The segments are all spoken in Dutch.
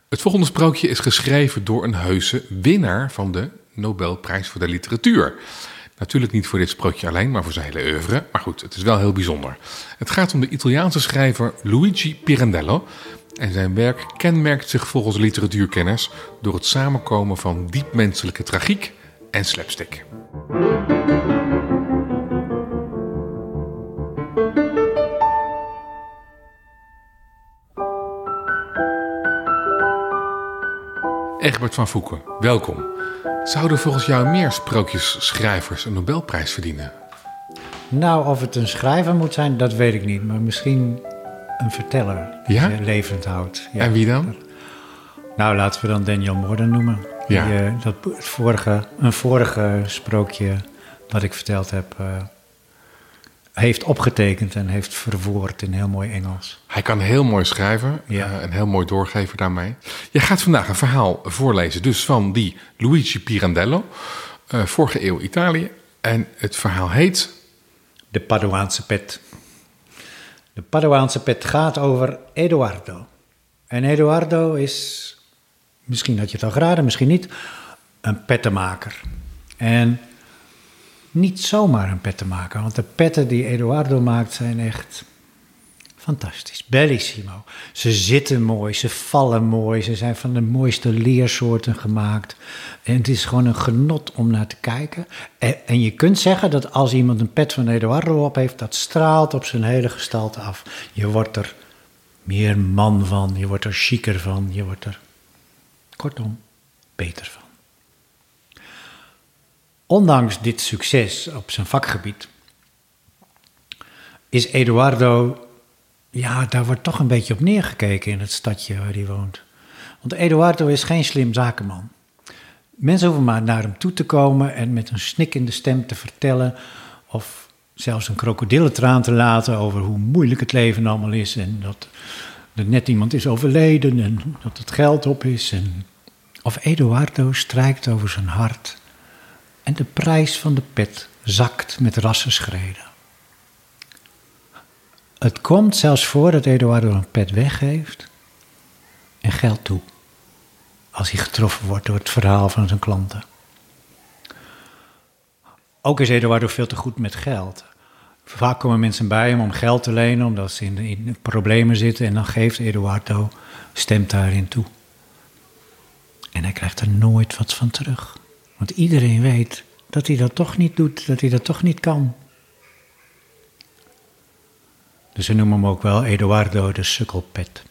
Het volgende sprookje is geschreven door een heuse winnaar van de Nobelprijs voor de literatuur. Natuurlijk niet voor dit sprookje alleen, maar voor zijn hele oeuvre. Maar goed, het is wel heel bijzonder. Het gaat om de Italiaanse schrijver Luigi Pirandello. En zijn werk kenmerkt zich volgens literatuurkenners door het samenkomen van diep menselijke tragiek en slapstick. Egbert van Voeken, welkom. Zouden volgens jou meer sprookjesschrijvers een Nobelprijs verdienen? Nou, of het een schrijver moet zijn, dat weet ik niet. Maar misschien een verteller die ze levend houdt. Ja. En wie dan? Nou, laten we dan Daniel Morden noemen. Ja. Een vorige sprookje dat ik verteld heb, heeft opgetekend en heeft verwoord in heel mooi Engels. Hij kan heel mooi schrijven en heel mooi doorgeven daarmee. Je gaat vandaag een verhaal voorlezen dus van die Luigi Pirandello, vorige eeuw Italië. En het verhaal heet... De Paduaanse pet. De Paduaanse pet gaat over Edoardo. En Edoardo is, misschien had je het al geraden, misschien niet, een pettenmaker. En niet zomaar een pettenmaker, want de petten die Edoardo maakt zijn echt fantastisch. Bellissimo. Ze zitten mooi, ze vallen mooi, ze zijn van de mooiste leersoorten gemaakt. En het is gewoon een genot om naar te kijken. En je kunt zeggen dat als iemand een pet van Edoardo op heeft, dat straalt op zijn hele gestalte af. Je wordt er meer man van, je wordt er chiquer van, je wordt er, kortom, beter van. Ondanks dit succes op zijn vakgebied is Edoardo, ja, daar wordt toch een beetje op neergekeken in het stadje waar hij woont. Want Edoardo is geen slim zakenman. Mensen hoeven maar naar hem toe te komen en met een snikkende stem te vertellen, of zelfs een krokodillentraan te laten over hoe moeilijk het leven allemaal is en dat er net iemand is overleden en dat het geld op is. Of Edoardo strijkt over zijn hart en de prijs van de pet zakt met rassenschreden. Het komt zelfs voor dat Edoardo een pet weggeeft en geld toe, als hij getroffen wordt door het verhaal van zijn klanten. Ook is Edoardo veel te goed met geld. Vaak komen mensen bij hem om geld te lenen, omdat ze in problemen zitten, en dan geeft Edoardo, stemt daarin toe. En hij krijgt er nooit wat van terug. Want iedereen weet dat hij dat toch niet doet, dat hij dat toch niet kan. Dus ze noemen hem ook wel Edoardo de sukkelpet.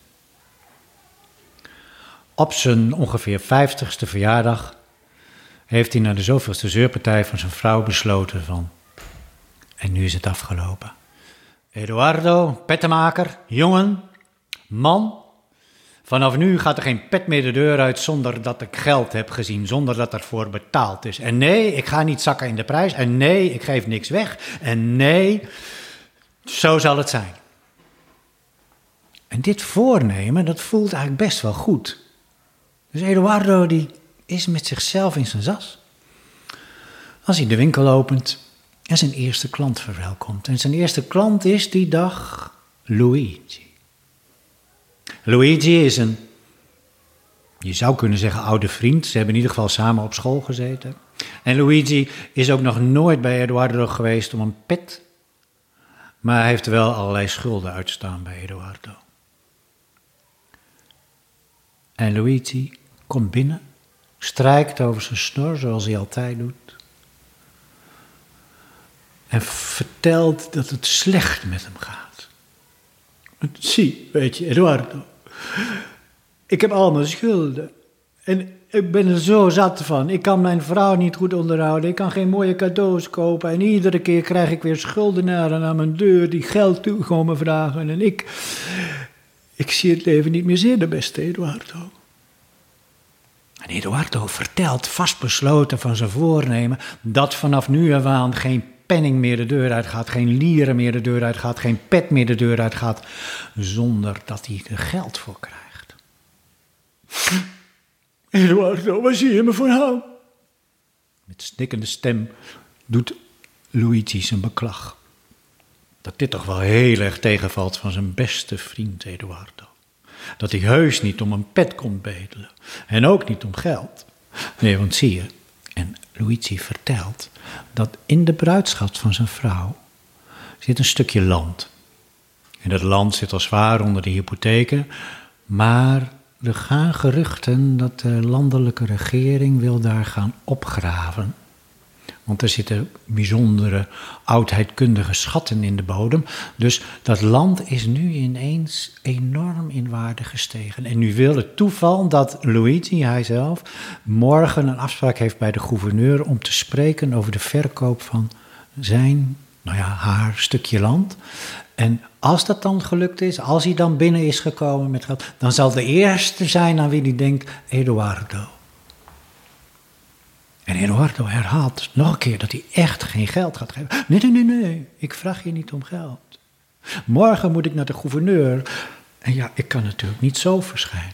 Op zijn ongeveer 50ste verjaardag heeft hij na de zoveelste zeurpartij van zijn vrouw besloten van, en nu is het afgelopen. Edoardo, pettenmaker, jongen, man, vanaf nu gaat er geen pet meer de deur uit zonder dat ik geld heb gezien, zonder dat ervoor betaald is. En nee, ik ga niet zakken in de prijs. En nee, ik geef niks weg. En nee, zo zal het zijn. En dit voornemen, dat voelt eigenlijk best wel goed. Dus Edoardo die is met zichzelf in zijn zas. Als hij de winkel opent en zijn eerste klant verwelkomt. En zijn eerste klant is die dag Luigi. Luigi is een, je zou kunnen zeggen, oude vriend. Ze hebben in ieder geval samen op school gezeten. En Luigi is ook nog nooit bij Edoardo geweest om een pet. Maar hij heeft wel allerlei schulden uitstaan bij Edoardo. En Luigi komt binnen, strijkt over zijn snor zoals hij altijd doet. En vertelt dat het slecht met hem gaat. Zie, weet je, Edoardo, ik heb allemaal schulden. En ik ben er zo zat van. Ik kan mijn vrouw niet goed onderhouden. Ik kan geen mooie cadeaus kopen. En iedere keer krijg ik weer schuldenaren aan mijn deur die geld toekomen vragen. En ik zie het leven niet meer zitten, beste Edoardo. En Edoardo vertelt vastbesloten van zijn voornemen dat vanaf nu af aan geen penning meer de deur uitgaat, geen lieren meer de deur uitgaat, geen pet meer de deur uitgaat, zonder dat hij er geld voor krijgt. Edoardo, waar zie je me voor nou? Met snikkende stem doet Luigi zijn beklag. Dat dit toch wel heel erg tegenvalt van zijn beste vriend Edoardo. dat hij heus niet om een pet komt bedelen. En ook niet om geld. Nee, want zie je, en Luigi vertelt dat in de bruidsschat van zijn vrouw zit een stukje land. En dat land zit al zwaar onder de hypotheken, maar er gaan geruchten dat de landelijke regering wil daar gaan opgraven. Want er zitten bijzondere oudheidkundige schatten in de bodem. Dus dat land is nu ineens enorm in waarde gestegen. En nu wil het toeval dat Luigi, hij zelf, morgen een afspraak heeft bij de gouverneur om te spreken over de verkoop van haar stukje land. En als dat dan gelukt is, als hij dan binnen is gekomen met geld, dan zal de eerste zijn aan wie hij denkt, Edoardo. En Edoardo herhaalt nog een keer dat hij echt geen geld gaat geven. Nee, ik vraag je niet om geld. Morgen moet ik naar de gouverneur. En ja, ik kan natuurlijk niet zo verschijnen.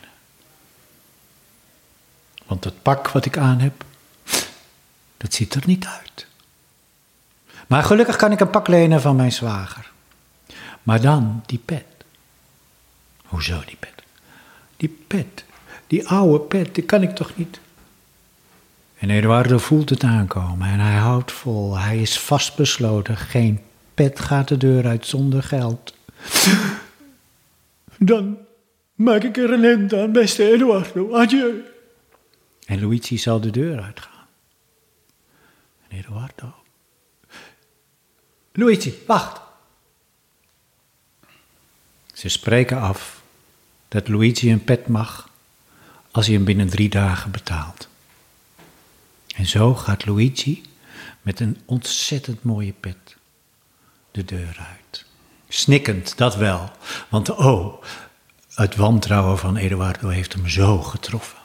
Want het pak wat ik aan heb, dat ziet er niet uit. Maar gelukkig kan ik een pak lenen van mijn zwager. Maar dan die pet. Hoezo die pet? Die pet, die oude pet, die kan ik toch niet... En Edoardo voelt het aankomen en hij houdt vol. Hij is vastbesloten. Geen pet gaat de deur uit zonder geld. Dan maak ik er een eind aan, beste Edoardo. Adieu. En Luigi zal de deur uitgaan. En Edoardo. Luigi, wacht. Ze spreken af dat Luigi een pet mag als hij hem binnen 3 dagen betaalt. En zo gaat Luigi met een ontzettend mooie pet de deur uit. Snikkend, dat wel. Want het wantrouwen van Edoardo heeft hem zo getroffen.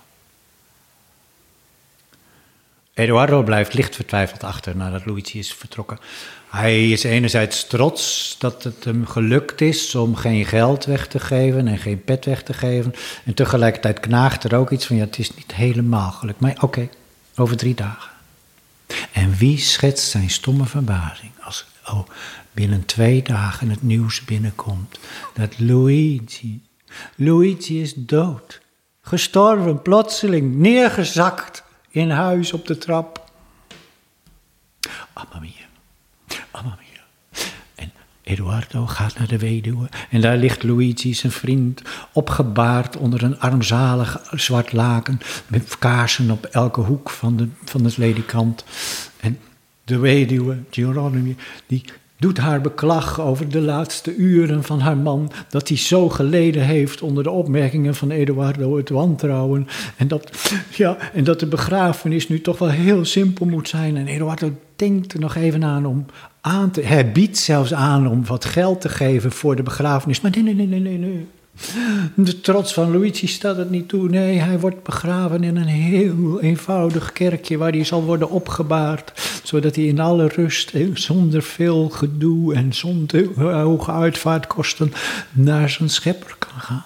Edoardo blijft licht vertwijfeld achter nadat Luigi is vertrokken. Hij is enerzijds trots dat het hem gelukt is om geen geld weg te geven en geen pet weg te geven. En tegelijkertijd knaagt er ook iets van, het is niet helemaal gelukt. Maar oké. Over 3 dagen. En wie schetst zijn stomme verbazing als binnen 2 dagen het nieuws binnenkomt dat Luigi is dood. Gestorven, plotseling, neergezakt in huis op de trap. Mamma mia. En Edoardo gaat naar de weduwe en daar ligt Luigi, zijn vriend, opgebaard onder een armzalig zwart laken met kaarsen op elke hoek van het ledikant. En de weduwe, Geronimo, die doet haar beklag over de laatste uren van haar man, dat hij zo geleden heeft onder de opmerkingen van Edoardo, het wantrouwen. En dat de begrafenis nu toch wel heel simpel moet zijn. En Edoardo denkt er nog even aan hij biedt zelfs aan om wat geld te geven voor de begrafenis. Maar nee. De trots van Luigi staat het niet toe. Nee, hij wordt begraven in een heel eenvoudig kerkje waar hij zal worden opgebaard, zodat hij in alle rust, zonder veel gedoe en zonder hoge uitvaartkosten, naar zijn schepper kan gaan.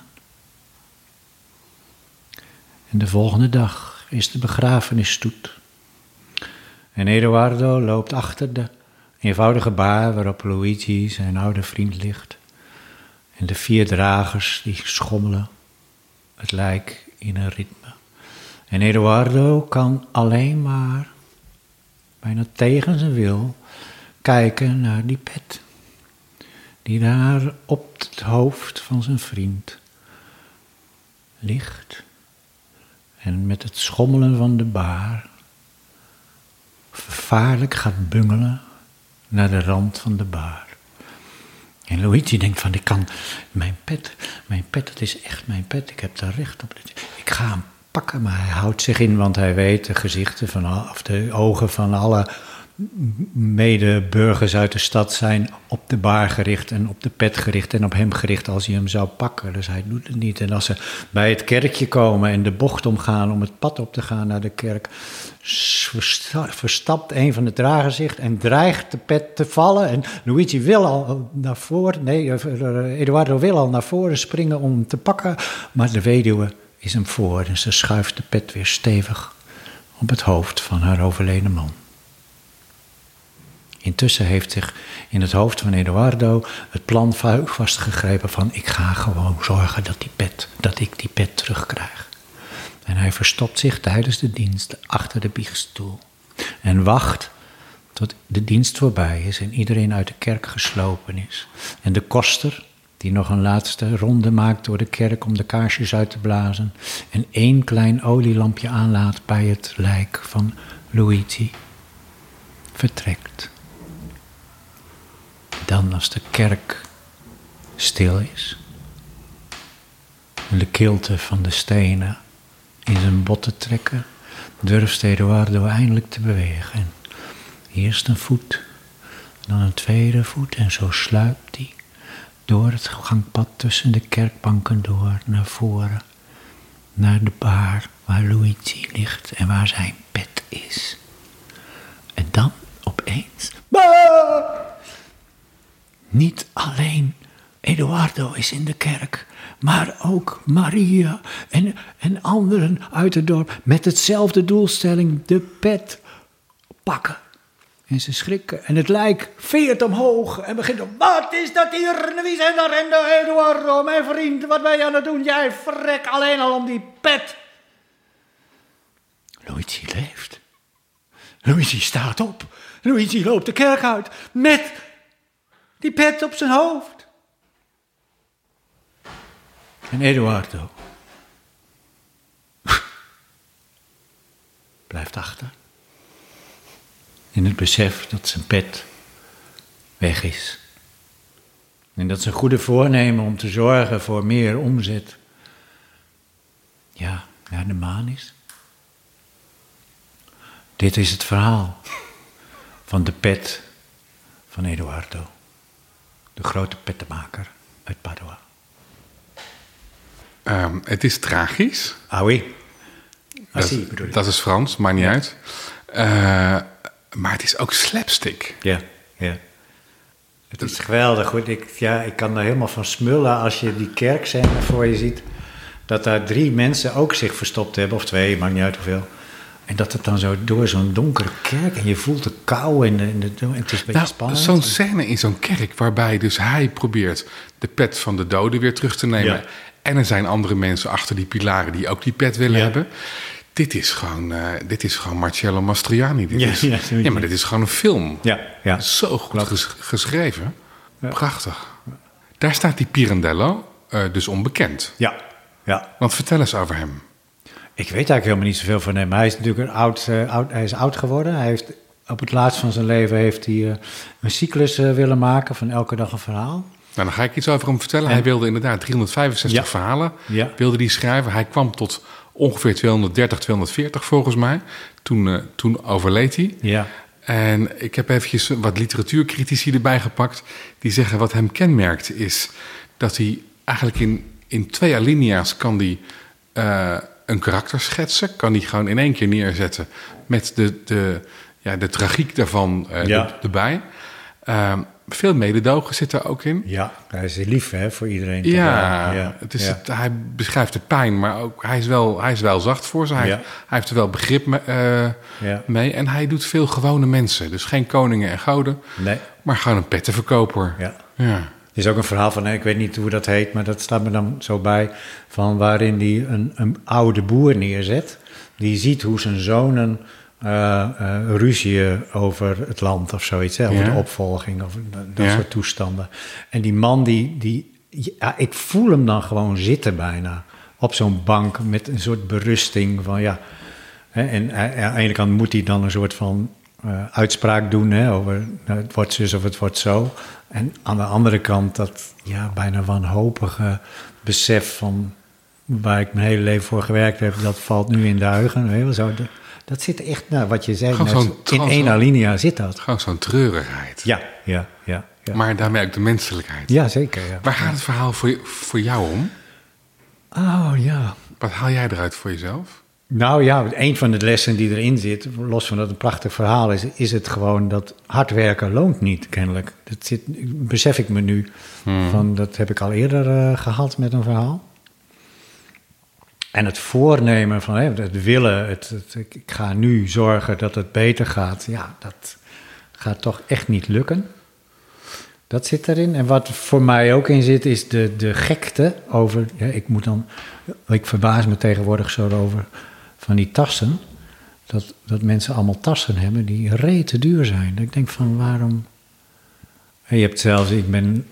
En de volgende dag is de begrafenisstoet. En Edoardo loopt achter de eenvoudige baar waarop Luigi, zijn oude vriend, ligt. En de 4 dragers die schommelen het lijk in een ritme. En Edoardo kan alleen maar, bijna tegen zijn wil, kijken naar die pet. Die daar op het hoofd van zijn vriend ligt. En met het schommelen van de baar vervaarlijk gaat bungelen naar de rand van de baar. En Luigi denkt van, mijn pet, het is echt mijn pet, ik heb daar recht op. Ik ga hem pakken, maar hij houdt zich in, want hij weet de gezichten of de ogen van alle medeburgers uit de stad zijn op de baar gericht en op de pet gericht en op hem gericht als hij hem zou pakken. Dus hij doet het niet. En als ze bij het kerkje komen en de bocht omgaan om het pad op te gaan naar de kerk, verstapt een van de dragers zich en dreigt de pet te vallen. En Luigi wil al naar voren, Edoardo wil al naar voren springen om hem te pakken, maar de weduwe is hem voor en ze schuift de pet weer stevig op het hoofd van haar overleden man. Intussen heeft zich in het hoofd van Eduardo het plan vastgegrepen van ik ga gewoon zorgen dat ik die pet terugkrijg. En hij verstopt zich tijdens de dienst achter de biechtstoel. En wacht tot de dienst voorbij is en iedereen uit de kerk geslopen is. En de koster, die nog een laatste ronde maakt door de kerk om de kaarsjes uit te blazen. En 1 klein olielampje aanlaat bij het lijk van Luigi, vertrekt. Dan als de kerk stil is en de kilte van de stenen in zijn botten trekken, durft Eduardo eindelijk te bewegen. En eerst een voet, dan een tweede voet en zo sluipt hij door het gangpad tussen de kerkbanken door naar voren, naar de bar waar Luigi ligt en waar zijn pet is. En dan opeens... Niet alleen Eduardo is in de kerk, maar ook Maria en anderen uit het dorp met hetzelfde doelstelling, de pet pakken. En ze schrikken en het lijk veert omhoog en begint op, wat is dat hier? Wie zijn daar? En Eduardo, mijn vriend, wat ben je aan het doen? Jij vrek alleen al om die pet. Luigi leeft. Luigi staat op. Luigi loopt de kerk uit met die pet op zijn hoofd. En Eduardo blijft achter. In het besef dat zijn pet weg is. En dat zijn goede voornemen om te zorgen voor meer omzet, ja, naar de maan is. Dit is het verhaal van de pet van Eduardo. De grote pettenmaker uit Padua. Het is tragisch. Ah oui. Bedoel ik. Dat is Frans, maakt niet uit. Maar het is ook slapstick. Ja. Het is geweldig. Goed. Ik kan er helemaal van smullen als je die kerkscène voor je ziet. Dat daar 3 mensen ook zich verstopt hebben. Of 2, maakt niet uit hoeveel. En dat het dan zo door zo'n donkere kerk en je voelt de kou en het is een beetje spannend. Zo'n scène in zo'n kerk waarbij dus hij probeert de pet van de doden weer terug te nemen. Ja. En er zijn andere mensen achter die pilaren die ook die pet willen hebben. Dit is gewoon Marcello Mastroianni. Maar dit is gewoon een film. Ja. Zo goed geschreven. Ja. Prachtig. Daar staat die Pirandello dus onbekend. Ja. Want vertel eens over hem. Ik weet eigenlijk helemaal niet zoveel van hem. Hij is natuurlijk hij is oud geworden. Hij heeft, op het laatst van zijn leven heeft hij een cyclus willen maken van elke dag een verhaal. Nou, dan ga ik iets over hem vertellen. Hij wilde inderdaad 365 verhalen wilde die schrijven. Hij kwam tot ongeveer 230, 240 volgens mij. Toen overleed hij. Ja. En ik heb eventjes wat literatuurcritici erbij gepakt. Die zeggen wat hem kenmerkt is dat hij eigenlijk in 2 alinea's kan hij een karakter schetsen. Kan hij gewoon in 1 keer neerzetten met de tragiek daarvan erbij. Veel mededogen zit er ook in. Ja, hij is lief voor iedereen. Hij beschrijft de pijn, maar ook hij is wel zacht voor ze. Hij heeft er wel begrip mee. En hij doet veel gewone mensen. Dus geen koningen en goden, maar gewoon een pettenverkoper. Ja. Er is ook een verhaal van, ik weet niet hoe dat heet, maar dat staat me dan zo bij, van waarin hij een oude boer neerzet. Die ziet hoe zijn zonen ruzieën over het land of zoiets, over de opvolging of dat soort toestanden. En die man, ik voel hem dan gewoon zitten bijna op zo'n bank met een soort berusting van en aan de ene kant moet hij dan een soort van uitspraak doen over het wordt zus of het wordt zo. En aan de andere kant dat bijna wanhopige besef van waar ik mijn hele leven voor gewerkt heb, dat valt nu in duigen. Dat zit echt, wat je zei, in 1 alinea zit dat. Gewoon zo'n treurigheid. Ja. Maar daarmee ook de menselijkheid. Ja, zeker. Ja. Waar gaat het verhaal voor jou om? Oh, ja. Wat haal jij eruit voor jezelf? Nou ja, een van de lessen die erin zit, los van dat het een prachtig verhaal is het gewoon dat hard werken loont niet, kennelijk. Besef ik me nu. Dat heb ik al eerder gehad met een verhaal. En het voornemen van het willen, ik ga nu zorgen dat het beter gaat. Ja, dat gaat toch echt niet lukken. Dat zit erin. En wat voor mij ook in zit, is de gekte over... Ja, ik verbaas me tegenwoordig zo over van die tassen. Dat mensen allemaal tassen hebben die rete duur zijn. Dat ik denk van, waarom... En je hebt zelfs... Ik ben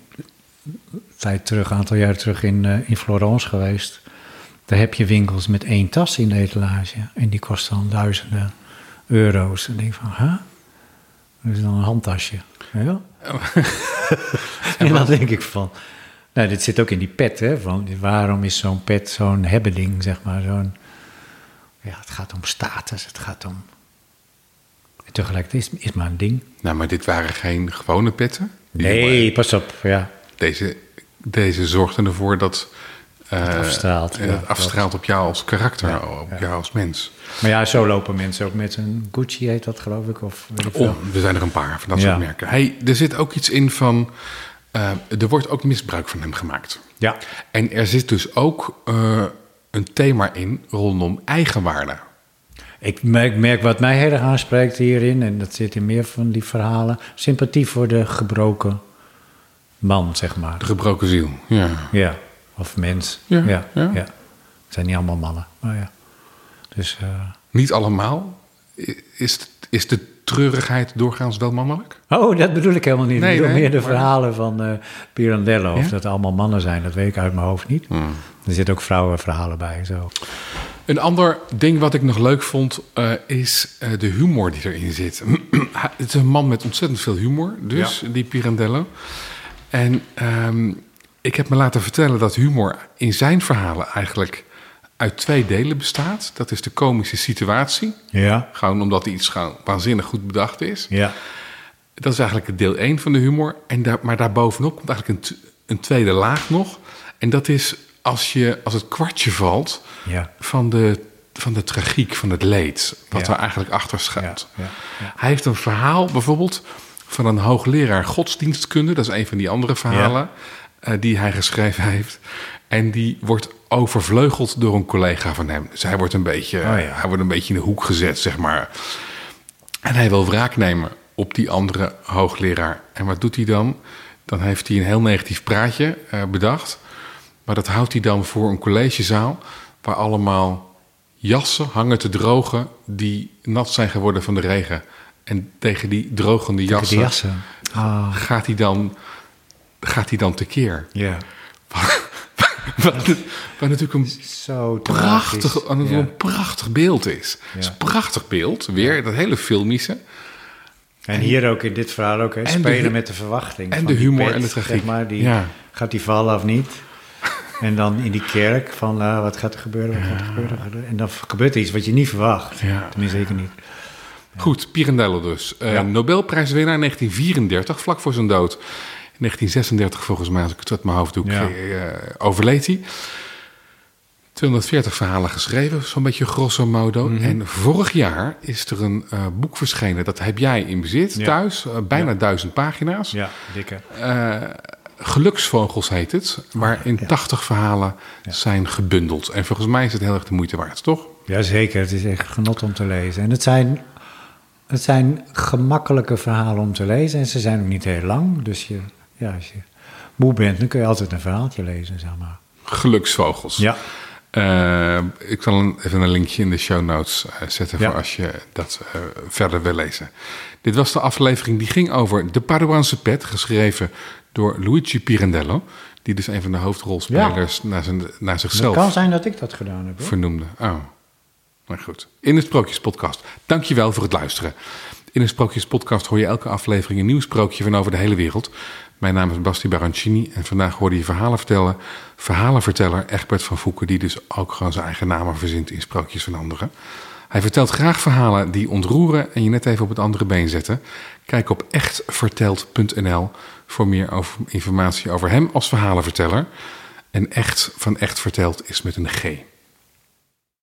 een aantal jaar terug in Florence geweest. Daar heb je winkels met 1 tas in de etalage. En die kosten dan duizenden euro's. En ik denk van, dat is dan een handtasje. Ja? En dan denk ik van... Nou, dit zit ook in die pet, hè. Van, waarom is zo'n pet zo'n hebbeding, zeg maar. Het gaat om status, het gaat om... En tegelijkertijd is het maar een ding. Nou, maar dit waren geen gewone petten. Nee, pas op, ja. Deze zorgden ervoor dat... het afstraalt. Het afstraalt op jou als karakter, op jou als mens. Maar ja, zo lopen mensen ook met een Gucci, heet dat geloof ik. Of weet ik veel. Er zijn er een paar van dat soort merken. Er zit ook iets in van... er wordt ook misbruik van hem gemaakt. Ja. En er zit dus ook een thema in rondom eigenwaarde. Ik merk wat mij heel erg aanspreekt hierin... en dat zit in meer van die verhalen... sympathie voor de gebroken man, zeg maar. De gebroken ziel, ja. Ja, of mens. Ja. Het zijn niet allemaal mannen, maar ja. Dus, niet allemaal? Is de treurigheid doorgaans wel mannelijk? Oh, dat bedoel ik helemaal niet. Nee, ik bedoel meer de maar... verhalen van Pirandello. Of dat allemaal mannen zijn, dat weet ik uit mijn hoofd niet. Er zitten ook vrouwenverhalen bij, zo. Een ander ding wat ik nog leuk vond, is de humor die erin zit. Het is een man met ontzettend veel humor, dus, die Pirandello. En ik heb me laten vertellen dat humor in zijn verhalen eigenlijk uit 2 delen bestaat. Dat is de komische situatie. Ja. Gewoon omdat iets gewoon waanzinnig goed bedacht is. Ja. Dat is eigenlijk deel 1 van de humor. Maar daarbovenop komt eigenlijk een tweede laag nog. En dat is als het kwartje valt van de tragiek, van het leed. Wat er eigenlijk achter schuilt. Ja. Hij heeft een verhaal bijvoorbeeld van een hoogleraar godsdienstkunde. Dat is een van die andere verhalen die hij geschreven heeft. En die wordt overvleugeld door een collega van hem. Dus hij wordt een beetje in de hoek gezet, zeg maar. En hij wil wraak nemen op die andere hoogleraar. En wat doet hij dan? Dan heeft hij een heel negatief praatje bedacht. Maar dat houdt hij dan voor een collegezaal... waar allemaal jassen hangen te drogen... die nat zijn geworden van de regen. En tegen die drogende jassen gaat hij dan tekeer. Ja. Wat natuurlijk een prachtig beeld is. Ja. Het is een prachtig beeld, weer, dat hele filmische. En hier ook, in dit verhaal ook, spelen met de verwachting. En de humor en de tragiek. Zeg maar, gaat die vallen of niet? En dan in die kerk, van wat gaat er gebeuren, En dan gebeurt er iets wat je niet verwacht. Ja. Tenminste, zeker niet. Ja. Goed, Pirandello dus. Nobelprijswinnaar in 1934, vlak voor zijn dood. In 1936 volgens mij, als ik het uit mijn hoofd doe, overleed hij. 240 verhalen geschreven, zo'n beetje grosso modo. Mm-hmm. En vorig jaar is er een boek verschenen, dat heb jij in bezit thuis. Bijna 1000 pagina's. Ja, dikke. Geluksvogels heet het, waarin 80 verhalen zijn gebundeld. En volgens mij is het heel erg de moeite waard, toch? Jazeker, het is echt genot om te lezen. En het zijn gemakkelijke verhalen om te lezen en ze zijn ook niet heel lang. Dus als je moe bent, dan kun je altijd een verhaaltje lezen, zeg maar. Geluksvogels. Ja. Ik zal even een linkje in de show notes zetten voor als je dat verder wil lezen. Dit was de aflevering die ging over De Paduaanse Pet, geschreven door Luigi Pirandello, die dus een van de hoofdrolspelers naar zichzelf... Het kan zijn dat ik dat gedaan heb, hoor. Vernoemde. Oh, maar goed. In de Sprookjespodcast. Dankjewel voor het luisteren. In de Sprookjespodcast hoor je elke aflevering een nieuw sprookje van over de hele wereld. Mijn naam is Basti Barancini en vandaag hoorde je verhalenverteller Egbert van Voeken, die dus ook gewoon zijn eigen namen verzint in sprookjes van anderen. Hij vertelt graag verhalen die ontroeren en je net even op het andere been zetten. Kijk op echtverteld.nl voor meer informatie over hem als verhalenverteller. En echt van echt verteld is met een G.